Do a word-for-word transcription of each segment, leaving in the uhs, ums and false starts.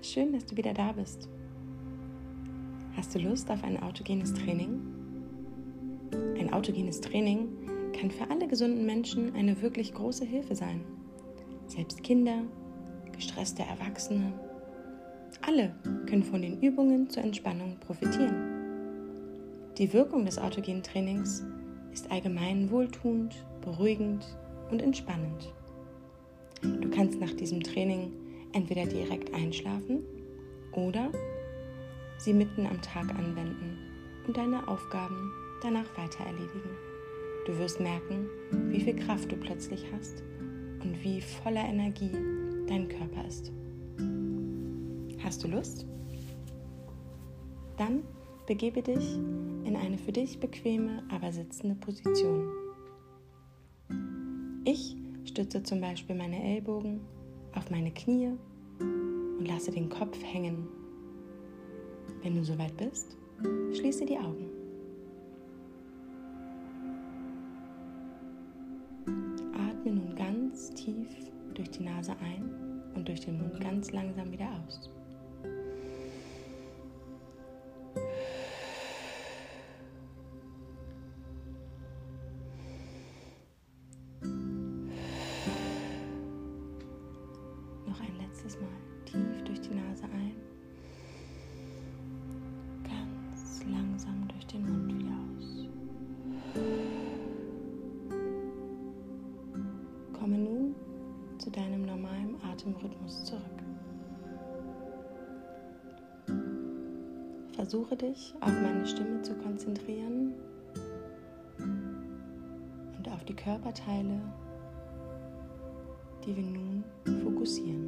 schön, dass du wieder da bist. Hast du Lust auf ein autogenes Training? Ein autogenes Training kann für alle gesunden Menschen eine wirklich große Hilfe sein. Selbst Kinder, gestresste Erwachsene, alle können von den Übungen zur Entspannung profitieren. Die Wirkung des autogenen Trainings ist allgemein wohltuend, beruhigend und entspannend. Du kannst nach diesem Training entweder direkt einschlafen oder sie mitten am Tag anwenden und deine Aufgaben danach weiter erledigen. Du wirst merken, wie viel Kraft du plötzlich hast und wie voller Energie dein Körper ist. Hast du Lust? Dann begebe dich in eine für dich bequeme, aber sitzende Position. Ich stütze zum Beispiel meine Ellbogen auf meine Knie und lasse den Kopf hängen. Wenn du soweit bist, schließe die Augen. Atme nun ganz tief durch die Nase ein und durch den Mund ganz langsam wieder aus. Noch ein letztes Mal tief durch die Nase ein, ganz langsam durch den Mund wieder aus. Komme nun zu deinem normalen Atemrhythmus zurück. Versuche dich auf meine Stimme zu konzentrieren und auf die Körperteile, die wir nun fokussieren.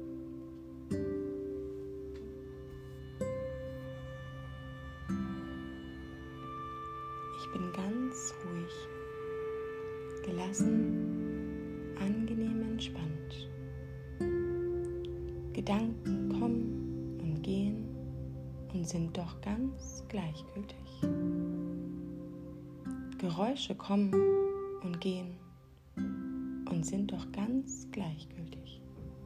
Ich bin ganz ruhig, gelassen, angenehm entspannt. Gedanken kommen und gehen und sind doch ganz gleichgültig. Geräusche kommen und gehen und sind doch ganz gleichgültig.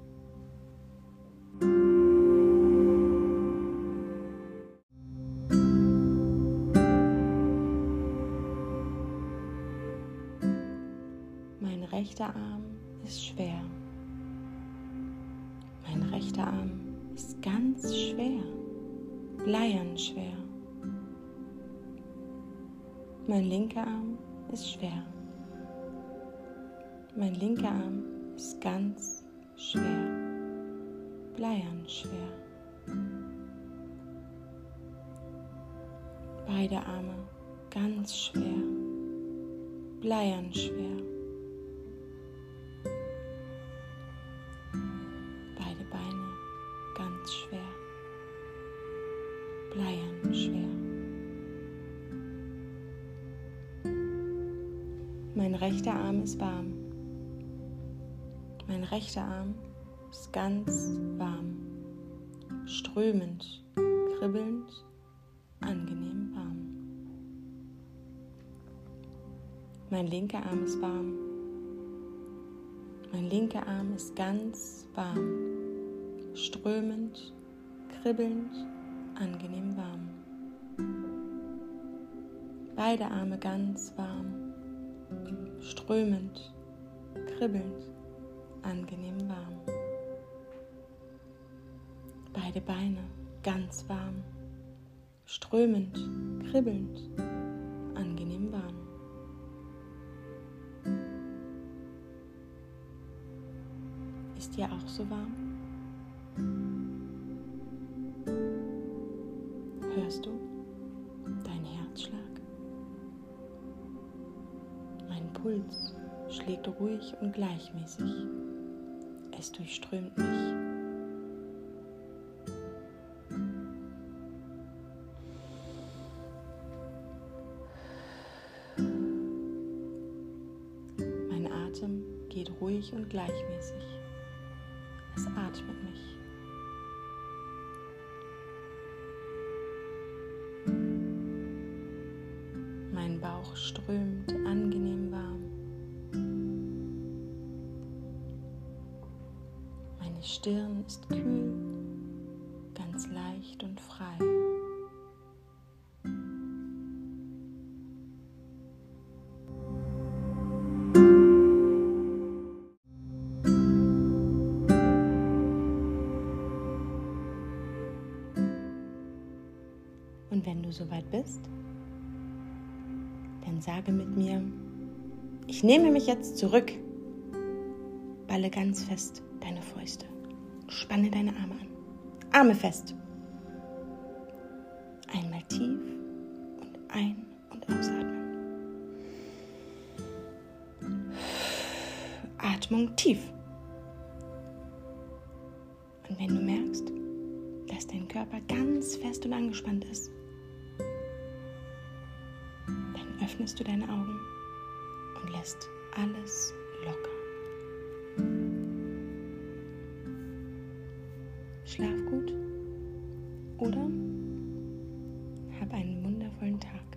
Mein rechter Arm ist schwer. Mein rechter Arm ist ganz schwer, bleiern schwer. Mein linker Arm ist schwer. Mein linker Arm ist ganz schwer, bleiern schwer. Beide Arme ganz schwer, bleiern schwer. Beide Beine ganz schwer, bleiern schwer. Mein rechter Arm ist warm. Mein rechter Arm ist ganz warm, strömend, kribbelnd, angenehm warm. Mein linker Arm ist warm. Mein linker Arm ist ganz warm, strömend, kribbelnd, angenehm warm. Beide Arme ganz warm, strömend, kribbelnd, angenehm warm. Beide Beine ganz warm, strömend, kribbelnd, angenehm warm. Ist dir auch so warm? Hörst du deinen Herzschlag? Mein Puls schlägt ruhig und gleichmäßig. Es durchströmt mich. Mein Atem geht ruhig und gleichmäßig. Es atmet mich. Mein Bauch strömt angenehm warm. Meine Stirn ist kühl Und wenn du soweit bist, dann sage mit mir: Ich nehme mich jetzt zurück. Balle ganz fest deine Fäuste. Spanne deine Arme an. Arme fest. Einmal tief und ein- und ausatmen. Atmung tief. Und wenn du merkst, dass dein Körper ganz fest und angespannt ist, dann öffnest du deine Augen und lässt alles locker. Schlaf gut oder hab einen wundervollen Tag.